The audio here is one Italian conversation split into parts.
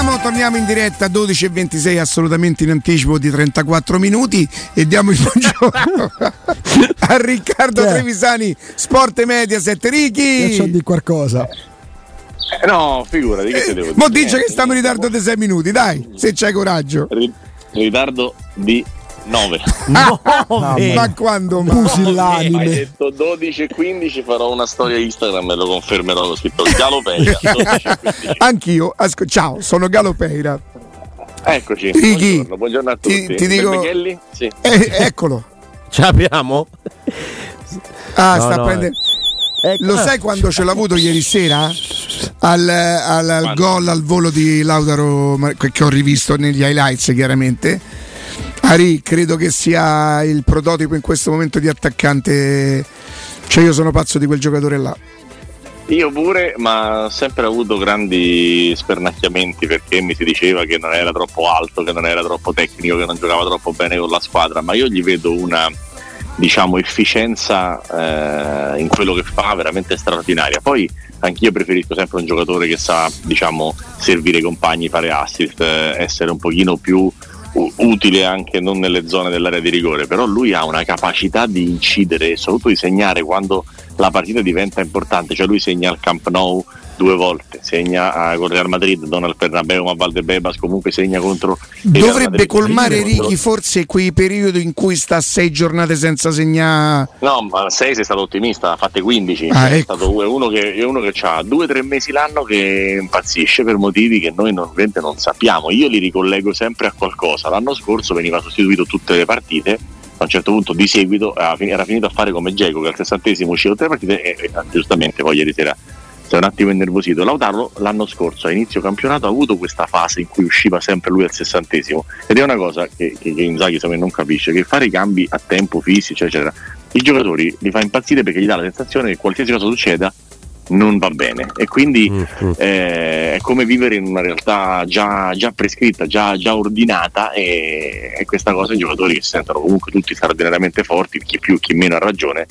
Torniamo in diretta 12:26, assolutamente in anticipo di 34 minuti, e diamo il buongiorno a Riccardo Trevisani, Sport e Mediaset. Ricky, io c'ho di qualcosa. No, figurati, che te devo dire? Mo dice che stiamo in ritardo di 6 minuti, dai, se c'hai coraggio. Ritardo di 9. Ma quando pusillanime. Hai detto 12:15, farò una storia Instagram e lo confermerò, ho scritto Galopeira. Anch'io, ciao, sono Galopeira. Eccoci. Ricky, buongiorno a tutti. Ti dico, sì. Eccolo. Ce l'abbiamo? Sta prendendo. Lo sai quando ce l'ho avuto ieri sera? Al gol al volo di Lautaro, che ho rivisto negli highlights chiaramente. Ari, credo che sia il prototipo in questo momento di attaccante, cioè io sono pazzo di quel giocatore là. Io pure, ma ho sempre avuto grandi spernacchiamenti perché mi si diceva che non era troppo alto, che non era troppo tecnico, che non giocava troppo bene con la squadra, ma io gli vedo una, diciamo, efficienza in quello che fa veramente straordinaria. Poi anch'io preferisco sempre un giocatore che sa, diciamo, servire i compagni, fare assist, essere un pochino più utile anche non nelle zone dell'area di rigore, però lui ha una capacità di incidere e soprattutto di segnare quando la partita diventa importante, cioè lui segna al Camp Nou 2 volte, segna con Real Madrid, non al Bernabeu ma a Valdebebas, comunque segna contro dovrebbe colmare Ricky forse quei periodi in cui sta 6 giornate senza segnare. No, ma 6 sei stato ottimista, ha fatte 15. Ecco. È stato uno che ha 2-3 mesi l'anno che impazzisce per motivi che noi normalmente non sappiamo. Io li ricollego sempre a qualcosa. L'anno scorso veniva sostituito tutte le partite, a un certo punto di seguito era finito a fare come Dzeko, che al 60° usciva tutte le partite e giustamente poi ieri sera si è un attimo innervosito. Lautaro l'anno scorso a inizio campionato ha avuto questa fase in cui usciva sempre lui al 60° ed è una cosa che Inzaghi secondo me non capisce, che fare i cambi a tempo fissi eccetera, i giocatori li fa impazzire perché gli dà la sensazione che qualsiasi cosa succeda non va bene e quindi è come vivere in una realtà già prescritta, già ordinata, e questa cosa i giocatori che si sentono comunque tutti straordinariamente forti, chi più chi meno ha ragione,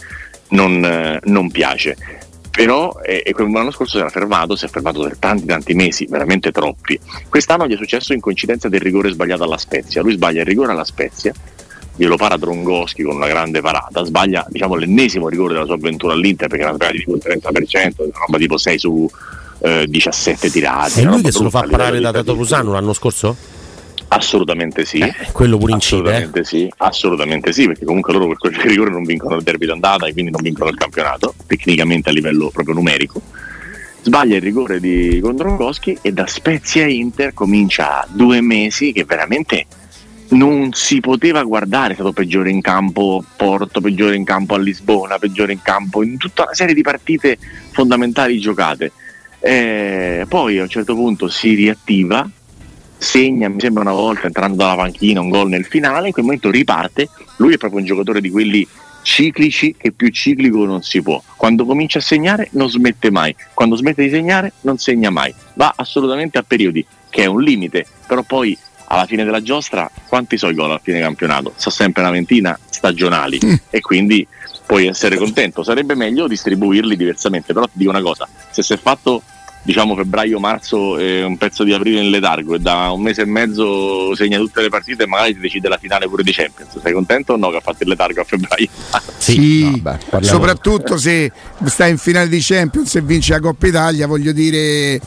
non piace. Però l'anno scorso si è fermato per tanti mesi, veramente troppi. Quest'anno gli è successo in coincidenza del rigore sbagliato alla Spezia. Lui sbaglia il rigore alla Spezia, glielo para Drongoschi con una grande parata, sbaglia, diciamo, l'ennesimo rigore della sua avventura all'Inter perché era una sbaglia tipo il 30%, una roba tipo 6 su 17 tirati. E lui che se lo fa parare da Tato Rusano l'anno scorso? Assolutamente sì. Quello pure incide. Assolutamente sì, perché comunque loro per quel rigore non vincono il derby d'andata e quindi non vincono il campionato, tecnicamente a livello proprio numerico. Sbaglia il rigore con Drongoschi e da Spezia Inter comincia 2 mesi che veramente non si poteva guardare. È stato peggiore in campo Porto, peggiore in campo a Lisbona, peggiore in campo in tutta una serie di partite fondamentali giocate. Poi a un certo punto si riattiva, segna, mi sembra una volta entrando dalla panchina un gol nel finale, in quel momento riparte. Lui è proprio un giocatore di quelli ciclici, che più ciclico non si può. Quando comincia a segnare non smette mai, quando smette di segnare non segna mai, va assolutamente a periodi, che è un limite, però poi alla fine della giostra quanti sono i gol al fine campionato? Sono sempre una ventina stagionali e quindi puoi essere contento. Sarebbe meglio distribuirli diversamente, però ti dico una cosa, se si è fatto, diciamo, febbraio-marzo un pezzo di aprile in letargo e da un mese e mezzo segna tutte le partite e magari ti decide la finale pure di Champions, sei contento o no che ha fatto il letargo a febbraio? Sì, soprattutto se stai in finale di Champions e vinci la Coppa Italia, voglio dire.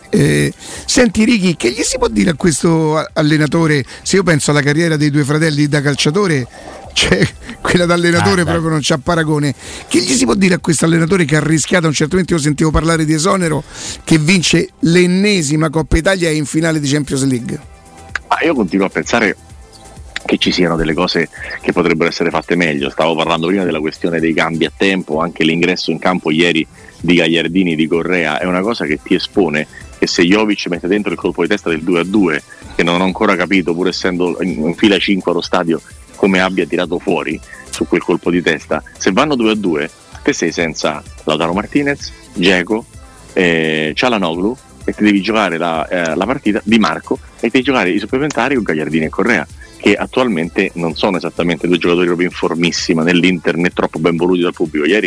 Senti Ricky, che gli si può dire a questo allenatore? Se io penso alla carriera dei 2 fratelli da calciatore, cioè quella da allenatore proprio non c'ha paragone. Che gli si può dire a questo allenatore che ha rischiato? A un certo momento io sentivo parlare di esonero, che vince l'ennesima Coppa Italia e in finale di Champions League. Io continuo a pensare che ci siano delle cose che potrebbero essere fatte meglio. Stavo parlando prima della questione dei cambi a tempo, anche l'ingresso in campo ieri di Gagliardini, di Correa, è una cosa che ti espone che se Jovic mette dentro il colpo di testa del 2-2, che non ho ancora capito, pur essendo in fila 5 allo stadio, come abbia tirato fuori su quel colpo di testa, se vanno 2-2 te sei senza Lautaro Martinez, Dzeko, Çalhanoğlu, e ti devi giocare la partita di Marco e devi giocare i supplementari con Gagliardini e Correa, che attualmente non sono esattamente 2 giocatori proprio in formissima nell'Inter né troppo ben voluti dal pubblico. Ieri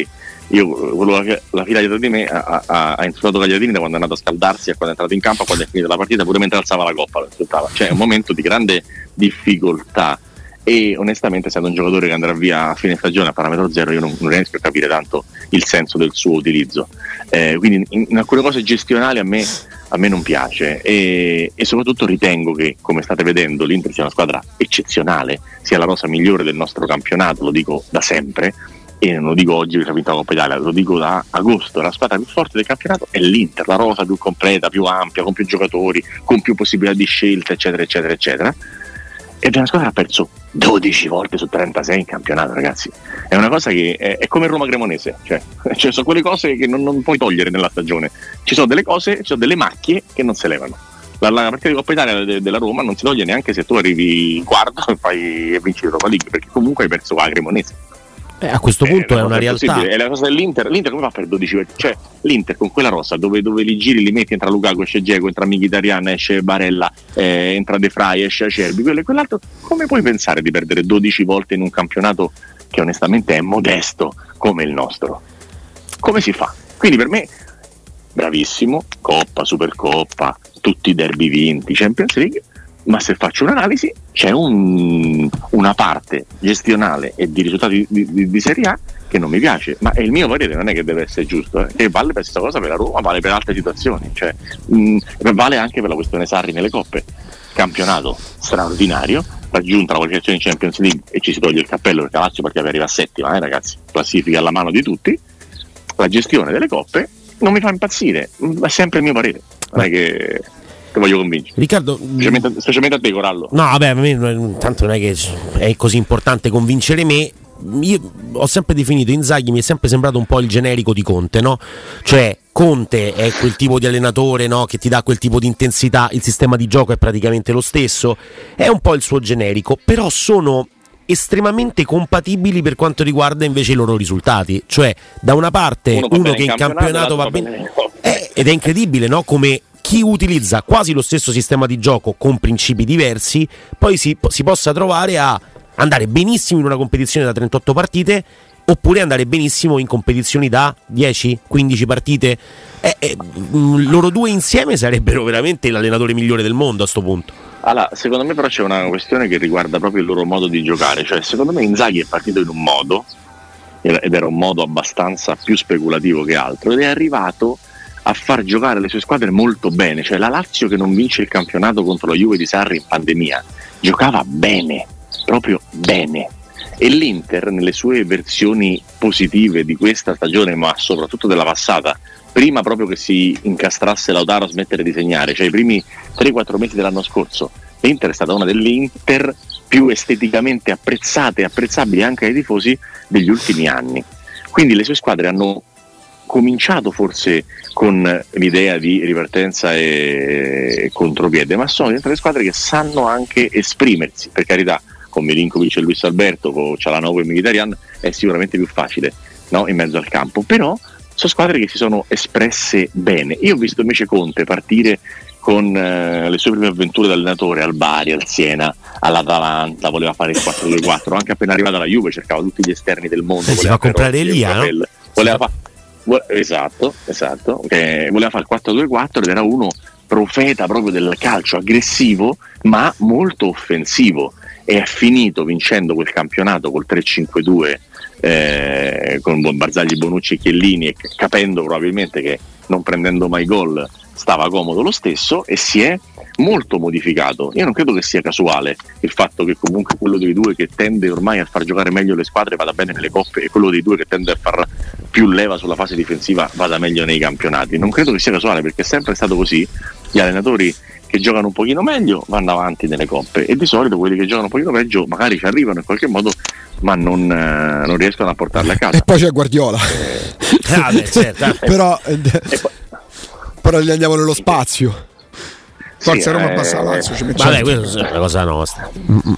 la fila dietro di me ha insultato Gagliardini da quando è andato a scaldarsi, a quando è entrato in campo, a quando è finita la partita, pure mentre alzava la coppa lo insultava. Cioè è un momento di grande difficoltà, e onestamente, essendo un giocatore che andrà via a fine stagione a parametro zero, io non riesco a capire tanto il senso del suo utilizzo. Quindi in alcune cose gestionali a me non piace, e soprattutto ritengo che, come state vedendo, l'Inter sia una squadra eccezionale, sia la rosa migliore del nostro campionato, lo dico da sempre, e non lo dico oggi perché ha vinto la Coppa Italia, lo dico da agosto. La squadra più forte del campionato è l'Inter, la rosa più completa, più ampia, con più giocatori, con più possibilità di scelta, eccetera eccetera eccetera. E una squadra ha perso 12 volte su 36 in campionato, ragazzi. È una cosa che è come Roma Cremonese, cioè sono quelle cose che non puoi togliere nella stagione. Ci sono delle cose, ci sono delle macchie che non se levano. La partita di Coppa Italia della Roma non si toglie neanche se tu arrivi quarto e vinci l'Europa League, perché comunque hai perso la Cremonese. A questo punto è una realtà. È la cosa dell'Inter. L'Inter come fa per 12? Cioè l'Inter con quella rosa dove li giri, li metti, entra Lukaku, esce Dzeko, entra Mkhitaryan, esce Barella, entra De Vrij, esce Acerbi, quello e quell'altro. Come puoi pensare di perdere 12 volte in un campionato che onestamente è modesto come il nostro? Come si fa? Quindi per me bravissimo, Coppa, Supercoppa, tutti i derby vinti, Champions League. Ma se faccio un'analisi c'è una parte gestionale e di risultati di Serie A che non mi piace, ma è il mio parere, non è che deve essere giusto, che vale per questa cosa per la Roma, vale per altre situazioni, cioè, vale anche per la questione Sarri nelle coppe. Campionato straordinario, raggiunta la qualificazione in Champions League e ci si toglie il cappello perché Lazio perché arriva a settima, ragazzi, classifica alla mano di tutti. La gestione delle coppe non mi fa impazzire, è sempre il mio parere, non è che voglio convincere, Riccardo, specialmente a te, Corallo. No, vabbè, a me tanto non è che è così importante convincere me. Io ho sempre definito Inzaghi, mi è sempre sembrato un po' il generico di Conte, no? Cioè Conte è quel tipo di allenatore, no? Che ti dà quel tipo di intensità, il sistema di gioco è praticamente lo stesso, è un po' il suo generico, però sono estremamente compatibili per quanto riguarda invece i loro risultati. Cioè da una parte uno che in campionato va bene, ed è incredibile, no? Come chi utilizza quasi lo stesso sistema di gioco con principi diversi poi si possa trovare a andare benissimo in una competizione da 38 partite oppure andare benissimo in competizioni da 10-15 partite. Loro due insieme sarebbero veramente l'allenatore migliore del mondo a sto punto. Allora, secondo me però c'è una questione che riguarda proprio il loro modo di giocare, cioè secondo me Inzaghi è partito in un modo ed era un modo abbastanza più speculativo che altro, ed è arrivato a far giocare le sue squadre molto bene. Cioè la Lazio che non vince il campionato contro la Juve di Sarri in pandemia giocava bene, proprio bene, e l'Inter nelle sue versioni positive di questa stagione, ma soprattutto della passata, prima proprio che si incastrasse Lautaro a smettere di segnare, cioè i primi 3-4 mesi dell'anno scorso, l'Inter è stata una delle Inter più esteticamente apprezzate e apprezzabili anche ai tifosi degli ultimi anni. Quindi le sue squadre hanno cominciato forse con l'idea di ripartenza e contropiede, ma sono diventate squadre che sanno anche esprimersi, per carità, con Milinkovic e Luis Alberto, con Cialanoglu e Mkhitaryan è sicuramente più facile, no? In mezzo al campo, però sono squadre che si sono espresse bene. Io ho visto invece Conte partire con le sue prime avventure da allenatore al Bari, al Siena, all'Atalanta, voleva fare il 4-2-4, anche appena arrivato alla Juve cercava tutti gli esterni del mondo, si va a comprare Elia, no? Esatto, voleva fare il 4-2-4 ed era uno profeta proprio del calcio aggressivo ma molto offensivo, e è finito vincendo quel campionato col 3-5-2 con Barzagli, Bonucci e Chiellini, e capendo probabilmente che non prendendo mai gol stava comodo lo stesso, e si è molto modificato. Io non credo che sia casuale il fatto che comunque quello dei due che tende ormai a far giocare meglio le squadre vada bene nelle coppe e quello dei due che tende a far più leva sulla fase difensiva vada meglio nei campionati. Non credo che sia casuale, perché è sempre stato così. Gli allenatori che giocano un pochino meglio vanno avanti nelle coppe, e di solito quelli che giocano un pochino peggio magari ci arrivano in qualche modo ma non riescono a portarle a casa. E poi c'è Guardiola certo. però gli andiamo nello spazio. Forza Roma passa la Lazio, ci mettiamo. Vabbè, questa è una cosa nostra.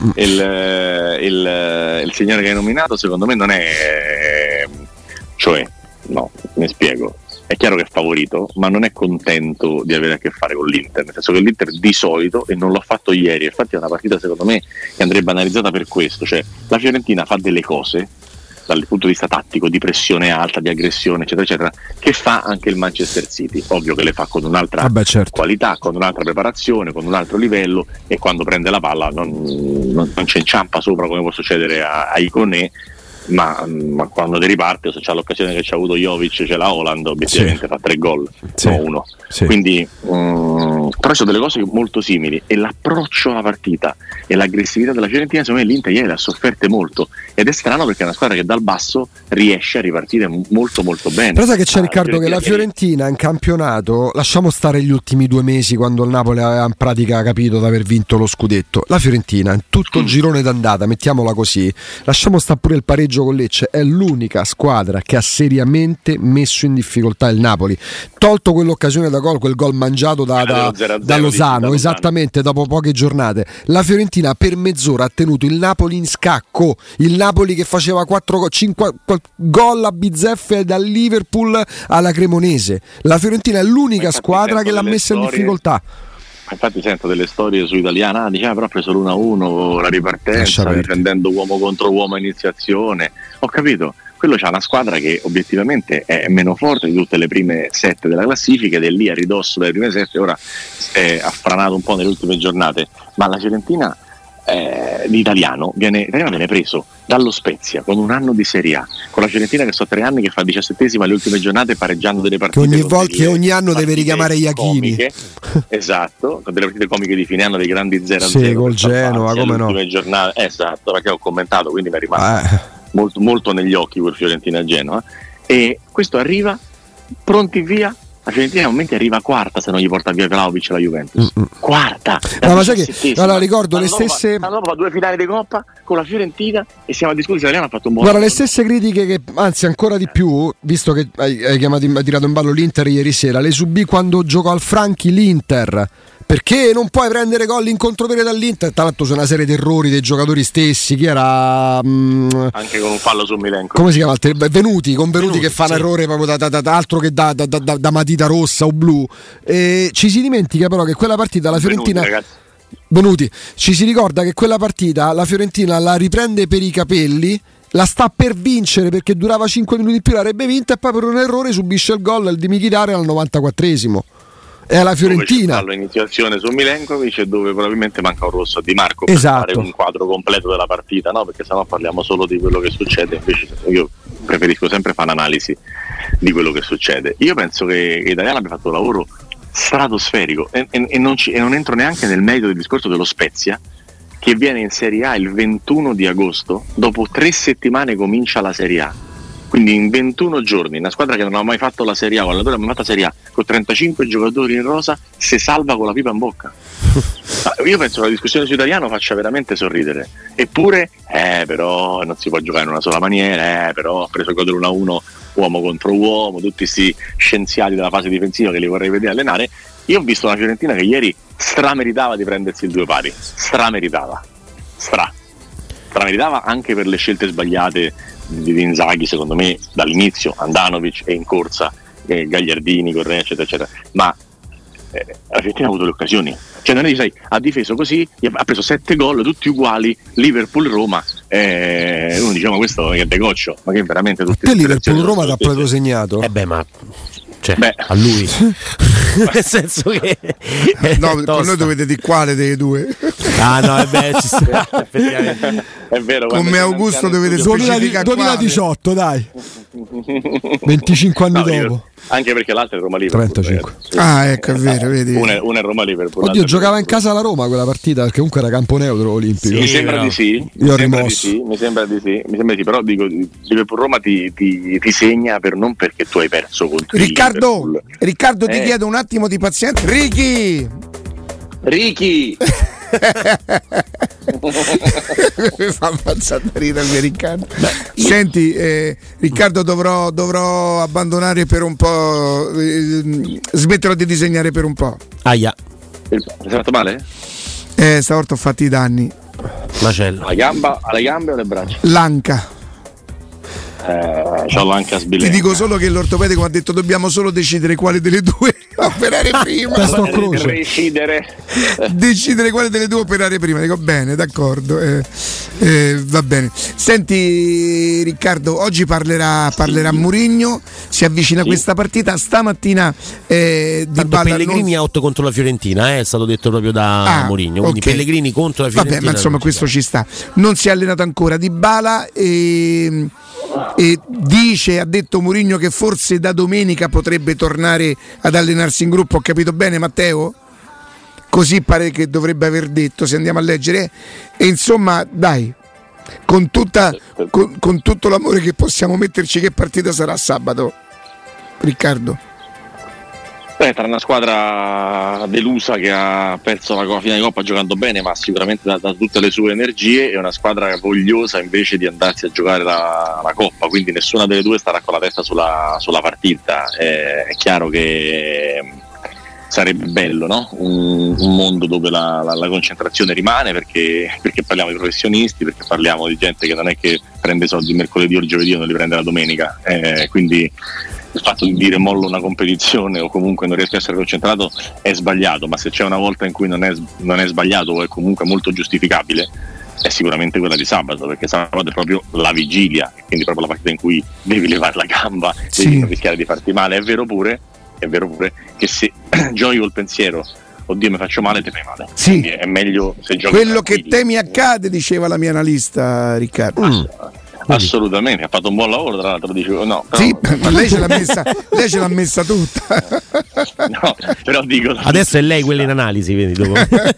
Il signore che hai nominato secondo me non è, cioè, no, mi spiego. È chiaro che è favorito, ma non è contento di avere a che fare con l'Inter, nel senso che l'Inter di solito, e non l'ho fatto ieri, infatti è una partita secondo me che andrebbe analizzata per questo, cioè la Fiorentina fa delle cose dal punto di vista tattico, di pressione alta, di aggressione, eccetera, eccetera, che fa anche il Manchester City. Ovvio che le fa con un'altra qualità, con un'altra preparazione, con un altro livello, e quando prende la palla non ci inciampa sopra come può succedere a Iconé, ma quando ti riparte, se c'è l'occasione che c'ha avuto Jovic, c'è la Haaland, obiettivamente fa 3 gol, no 1. Sì. Quindi però sono delle cose molto simili, e l'approccio alla partita e l'aggressività della Fiorentina, secondo me l'Inter ieri ha sofferte molto, ed è strano perché è una squadra che dal basso riesce a ripartire molto molto bene. Però sai che c'è, Riccardo, che la Fiorentina in campionato, lasciamo stare gli ultimi 2 mesi quando il Napoli aveva in pratica capito di aver vinto lo scudetto, la Fiorentina in tutto il girone d'andata, mettiamola così, lasciamo stare pure il pareggio con Lecce, è l'unica squadra che ha seriamente messo in difficoltà il Napoli, tolto quell'occasione da gol, quel gol mangiato da Lozano, esattamente, dopo poche giornate. La Fiorentina per mezz'ora ha tenuto il Napoli in scacco, il Napoli che faceva 5 gol a bizzeffe dal Liverpool alla Cremonese. La Fiorentina è l'unica squadra che l'ha messa in difficoltà. Infatti sento delle storie su Italiana, diceva però ha preso l'1-1, la ripartenza, difendendo uomo contro uomo a iniziazione. Ho capito, quello c'ha una squadra che obiettivamente è meno forte di tutte le prime 7 della classifica, ed è lì a ridosso delle prime 7, ora è affranato un po' nelle ultime giornate, ma la Fiorentina l'italiano viene preso dallo Spezia con un anno di Serie A, con la Fiorentina che so 3 anni che fa 17esima alle ultime giornate, pareggiando delle partite che ogni anno deve richiamare Iachini. Esatto, con delle partite comiche di fine anno, dei grandi 0-0 sì, col Genova, come no, giornate. Esatto, perché ho commentato, quindi mi è rimasto molto, molto negli occhi quel Fiorentina-Genoa, e questo arriva pronti via. La Fiorentina a momenti arriva quarta se non gli porta via Vlahovic la Juventus. Quarta. No, ma sai che allora, ricordo le stesse. Dopo 2 finali di Coppa con la Fiorentina, e siamo a discutere se l'Italiano ha fatto un buon. Guarda, le stesse critiche che, anzi ancora di più, visto che hai tirato in ballo l'Inter ieri sera, le subì quando giocò al Franchi l'Inter. Perché non puoi prendere gol in contropiede dall'Inter? Tra l'altro c'è una serie di errori dei giocatori stessi. Chi era? Anche con un fallo su Milenko. Come si chiama? Venuti che fa un errore proprio da altro che da matita rossa o blu. Ci si dimentica però che quella partita la Fiorentina. Venuti. Ci si ricorda che quella partita la Fiorentina la riprende per i capelli, la sta per vincere perché durava 5 minuti in più, l'avrebbe vinta, e poi per un errore subisce il gol di Mkhitaryan al 94esimo. È la Fiorentina. L'iniziazione su Milenkovic, dove probabilmente manca un rosso a Di Marco, esatto, per fare un quadro completo della partita, no? Perché sennò parliamo solo di quello che succede. Invece io preferisco sempre fare un'analisi di quello che succede. Io penso che l'Italiano abbia fatto un lavoro stratosferico, e non entro neanche nel merito del discorso dello Spezia, che viene in Serie A il 21 di agosto, dopo 3 settimane comincia la Serie A. Quindi in 21 giorni una squadra che non ha mai fatto la Serie A, o allenatore non ha mai fatto la Serie A, con 35 giocatori in rosa, si salva con la pipa in bocca. Io penso che la discussione su Italiano faccia veramente sorridere. Eppure, però non si può giocare in una sola maniera, però ha preso il gol del 1-1 uomo contro uomo, tutti questi scienziati della fase difensiva che li vorrei vedere allenare. Io ho visto una Fiorentina che ieri strameritava di prendersi il 2 pari, strameritava anche per le scelte sbagliate di Inzaghi, secondo me, dall'inizio, Andanovic e in corsa Gagliardini, Correa, eccetera, eccetera. Ma la Fiorentina ha avuto le occasioni, cioè non è, sai, ha difeso così, ha preso 7 gol tutti uguali, Liverpool-Roma, uno diciamo questo è degoccio, ma che veramente tutti. Te Liverpool-Roma ti ha proprio segnato? Ma a lui nel senso che no, con noi dovete di quale dei due. Ci sta, effettivamente è vero, come Augusto dovete specificare 2018 dai 25 anni dopo, anche perché l'altro è Roma-Liverpool 35. Ecco, è vero, vedi. Una è Roma-Liverpool. Oddio, giocava in casa la Roma quella partita, perché comunque era campo neutro olimpico. Mi sembra di sì. Io ho rimosso. Mi sembra di sì, però dico, Liverpool-Roma ti segna non perché tu hai perso contro Riccardo, ti chiedo un attimo di pazienza. Ricky! Mi fa abbassare ridere il mio Riccardo. Senti, Riccardo, dovrò abbandonare per un po', smetterò di disegnare per un po'. Aia. Sei fatto male? Stavolta ho fatto i danni. Macello. Alle gambe o alle braccia? L'anca. c'ho anche a Sbilenka. Ti dico solo che l'ortopedico mi ha detto dobbiamo solo decidere quale delle due operare prima. Decidere quale delle due operare prima. Dico bene, d'accordo. Va bene. Senti Riccardo, oggi parlerà Mourinho, si avvicina questa partita. Stamattina Dybala Pellegrini a 8 contro la Fiorentina, è stato detto proprio da Mourinho. Quindi okay. Pellegrini contro la Fiorentina. Vabbè, ma insomma questo ci sta. Non si è allenato ancora Dybala e ha detto Mourinho che forse da domenica potrebbe tornare ad allenarsi in gruppo. Ho capito bene, Matteo? Così pare che dovrebbe aver detto, se andiamo a leggere. E insomma, dai, con tutto l'amore che possiamo metterci, che partita sarà sabato, Riccardo? Tra una squadra delusa che ha perso la finale di Coppa giocando bene, ma sicuramente da tutte le sue energie, e una squadra vogliosa invece di andarsi a giocare la Coppa, quindi nessuna delle due starà con la testa sulla partita. È chiaro che sarebbe bello, no? Un mondo dove la concentrazione rimane, perché parliamo di professionisti, perché parliamo di gente che non è che prende soldi mercoledì o il giovedì o non li prende la domenica, quindi il fatto di dire mollo una competizione o comunque non riesco a essere concentrato è sbagliato, ma se c'è una volta in cui non è sbagliato o è comunque molto giustificabile, è sicuramente quella di sabato, perché sabato è proprio la vigilia, quindi proprio la partita in cui devi levare la gamba, devi rischiare di farti male. È vero pure che se giochi col pensiero oddio mi faccio male, te fai male. Sì. Quindi è meglio se giochi quello che temi accade, diceva la mia analista Riccardo. Assolutamente, ha fatto un buon lavoro, tra l'altro, dicevo, no, però... Sì, ma lei ce l'ha messa tutta. No, però dico, adesso è lei quella in analisi, vedi, dopo.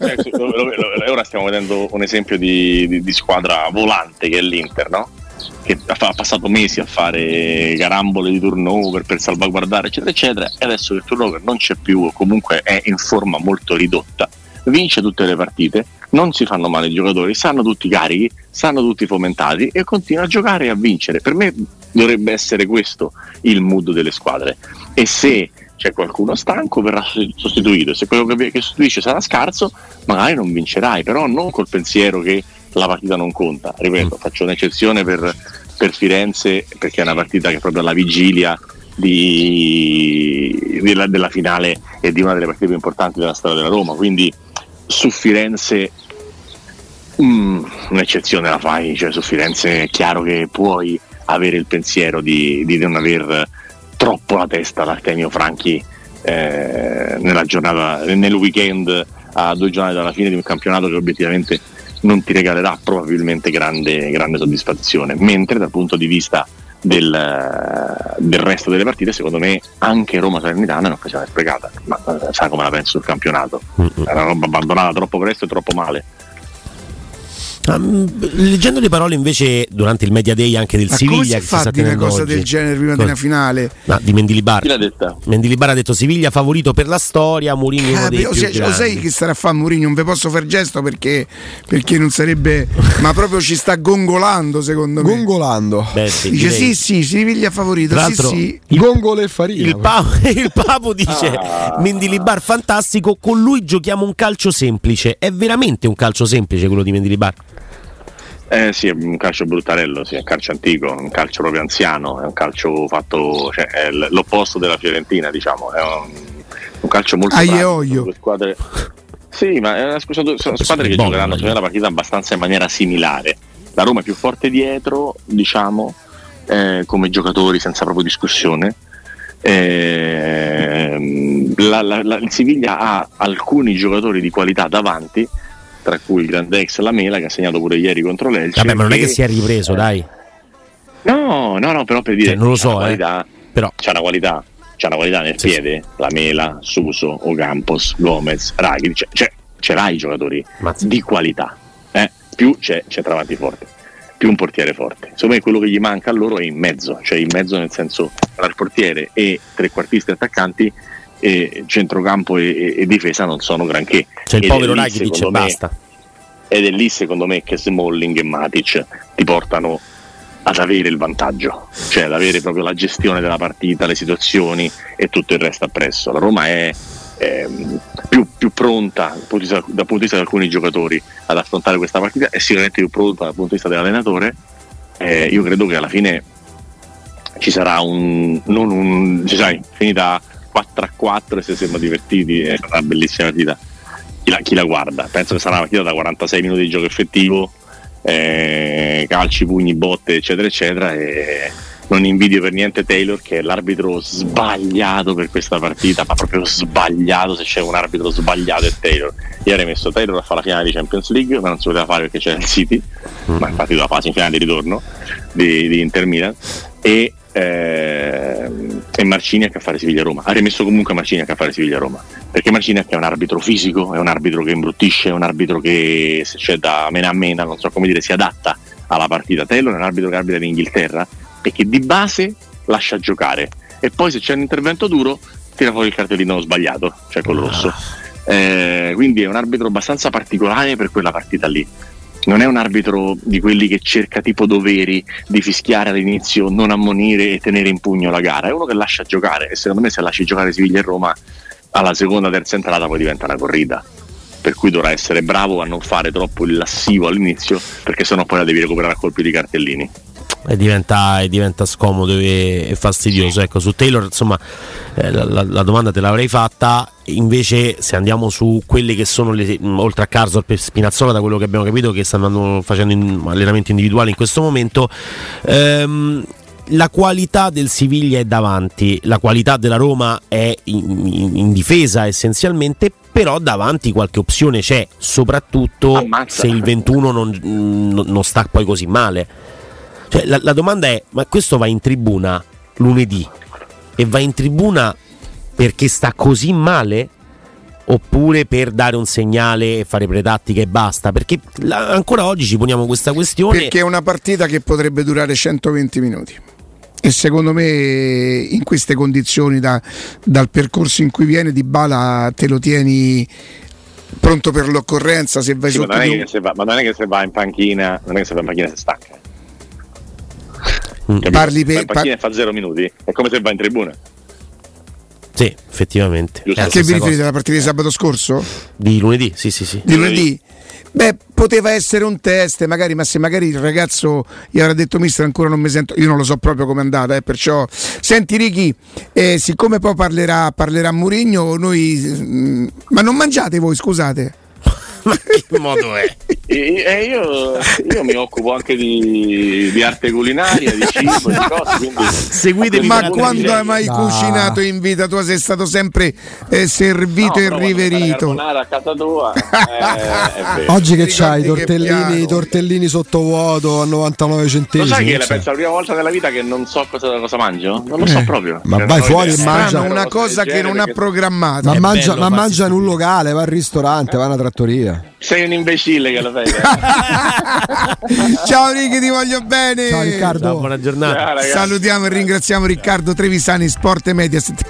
Ora stiamo vedendo un esempio di squadra volante che è l'Inter, no? Che ha passato mesi a fare carambole di turnover per salvaguardare eccetera eccetera, e adesso che il turnover non c'è più o comunque è in forma molto ridotta, vince tutte le partite, non si fanno male i giocatori, stanno tutti carichi, stanno tutti fomentati e continua a giocare e a vincere. Per me dovrebbe essere questo il mood delle squadre, e se c'è qualcuno stanco verrà sostituito, se quello che sostituisce sarà scarso magari non vincerai, però non col pensiero che la partita non conta. Ripeto, faccio un'eccezione per Firenze, perché è una partita che è proprio alla vigilia della finale e di una delle partite più importanti della storia della Roma, quindi su Firenze un'eccezione la fai, cioè su Firenze è chiaro che puoi avere il pensiero di non aver troppo la testa ad Artemio Franchi nella giornata, nel weekend, a 2 giornate dalla fine di un campionato che obiettivamente non ti regalerà probabilmente grande soddisfazione, mentre dal punto di vista del resto delle partite, secondo me anche Roma-Salernitana è un'occasione sprecata, ma sa come la penso sul campionato, è una roba abbandonata troppo presto e troppo male. Leggendo le parole invece durante il Media Day anche del Siviglia, che si fa di una cosa oggi del genere prima di una finale? Di Mendilibar. Mendilibar ha detto Siviglia favorito per la storia, Mourinho uno dei più grandi. Lo sai che starà a fare Mourinho? Non vi posso fare gesto perché non sarebbe, ma proprio ci sta gongolando, secondo me. Gongolando. Dice sì, Siviglia favorito. Tra l'altro, gongolo e farina. Il Papo dice Mendilibar fantastico, con lui giochiamo un calcio semplice. È veramente un calcio semplice quello di Mendilibar? Sì, è un calcio bruttarello, sì, è un calcio antico, un calcio proprio anziano, è un calcio fatto, cioè è l'opposto della Fiorentina, diciamo, è un calcio molto pratico, squadre. Sì, ma sono squadre che giocheranno la partita abbastanza in maniera similare. La Roma è più forte dietro, diciamo, come giocatori senza proprio discussione. Il Siviglia ha alcuni giocatori di qualità davanti, tra cui il grande ex Lamela, che ha segnato pure ieri contro l'Elche. Vabbè, ma non è che si è ripreso, dai. No, però per dire, non lo so, però c'ha una qualità nel piede, Lamela, Suso, Ocampos, Gomez, Raghi, cioè ce l'hai i giocatori di qualità, più c'è Travanti forte, più un portiere forte. Secondo me quello che gli manca a loro è in mezzo nel senso tra il portiere e trequartisti attaccanti, e centrocampo e difesa non sono granché. C'è il povero Raghi dice basta. Ed è lì secondo me che Smalling e Matic ti portano ad avere il vantaggio, cioè ad avere proprio la gestione della partita, le situazioni e tutto il resto appresso. La Roma è più pronta dal punto di vista di alcuni giocatori ad affrontare questa partita, è sicuramente più pronta dal punto di vista dell'allenatore. Io credo che alla fine ci sarà finita 4-4 e se siamo divertiti è una bellissima partita. Chi la guarda? Penso che sarà una partita da 46 minuti di gioco effettivo, calci, pugni, botte, eccetera eccetera, e non invidio per niente Taylor, che è l'arbitro sbagliato per questa partita, ma proprio sbagliato. Se c'è un arbitro sbagliato è Taylor. Io avrei messo Taylor a fare la finale di Champions League, ma non si poteva fare perché c'era il City, ma infatti doveva fare in finale di ritorno di Inter Milan, e Marciniak a fare Siviglia-Roma. Avrei messo comunque Marciniak a fare Siviglia-Roma, perché Marciniak è un arbitro fisico, è un arbitro che imbruttisce, è un arbitro che, se c'è da mena a mena, non so come dire, si adatta alla partita. Taylor è un arbitro che arbitra in Inghilterra e che di base lascia giocare, e poi se c'è un intervento duro tira fuori il cartellino sbagliato, cioè quello rosso. Quindi è un arbitro abbastanza particolare per quella partita lì. Non è un arbitro di quelli che cerca tipo doveri di fischiare all'inizio, non ammonire e tenere in pugno la gara. È uno che lascia giocare, e secondo me se lasci giocare Siviglia e Roma alla seconda, terza entrata poi diventa una corrida, per cui dovrà essere bravo a non fare troppo il lassivo all'inizio, perché sennò poi la devi recuperare a colpi di cartellini. E diventa scomodo e fastidioso. Ecco, su Taylor insomma la domanda te l'avrei fatta. Invece se andiamo su quelle che sono oltre a Karsdorp e Spinazzola, da quello che abbiamo capito che stanno facendo allenamenti individuali in questo momento, la qualità del Siviglia è davanti, la qualità della Roma è in difesa essenzialmente, però davanti qualche opzione c'è, soprattutto se il 21 non sta poi così male. Cioè, la domanda è: ma questo va in tribuna lunedì e va in tribuna perché sta così male, oppure per dare un segnale e fare pretattica e basta? Perché ancora oggi ci poniamo questa questione, perché è una partita che potrebbe durare 120 minuti e secondo me in queste condizioni, dal percorso in cui viene Dybala, te lo tieni pronto per l'occorrenza se vai sotto. Ma non è che se va in panchina, si stacca. Parli in panchina e fa 0 minuti, è come se va in tribuna. Sì, effettivamente. Che vi riferite alla partita di sabato scorso? Di lunedì, sì. Di lunedì? Beh, poteva essere un test, magari, ma se magari il ragazzo gli avrà detto mister ancora non mi sento, io non lo so proprio com'è andata, perciò. Senti Ricky, siccome poi parlerà Mourinho, noi ma non mangiate voi, scusate? Ma che modo è? Io mi occupo anche di arte culinaria, di cibo, di cose, quindi seguitemi. Ma quando hai mai cucinato in vita? Tu sei stato sempre servito e riverito. A casa tua. Oggi che c'hai i tortellini sottovuoto a 99 centesimi. Lo sai che è la prima volta nella vita che non so cosa mangio? Non lo so proprio. Ma vai fuori e mangia una cosa che non ha programmato. Ma mangia in un locale, va al ristorante, va alla trattoria. Sei un imbecille che lo fai. Ciao Ricky, ti voglio bene. Ciao Riccardo. Ciao, buona giornata. Ciao, salutiamo e ringraziamo Riccardo Trevisani, Sport e Media.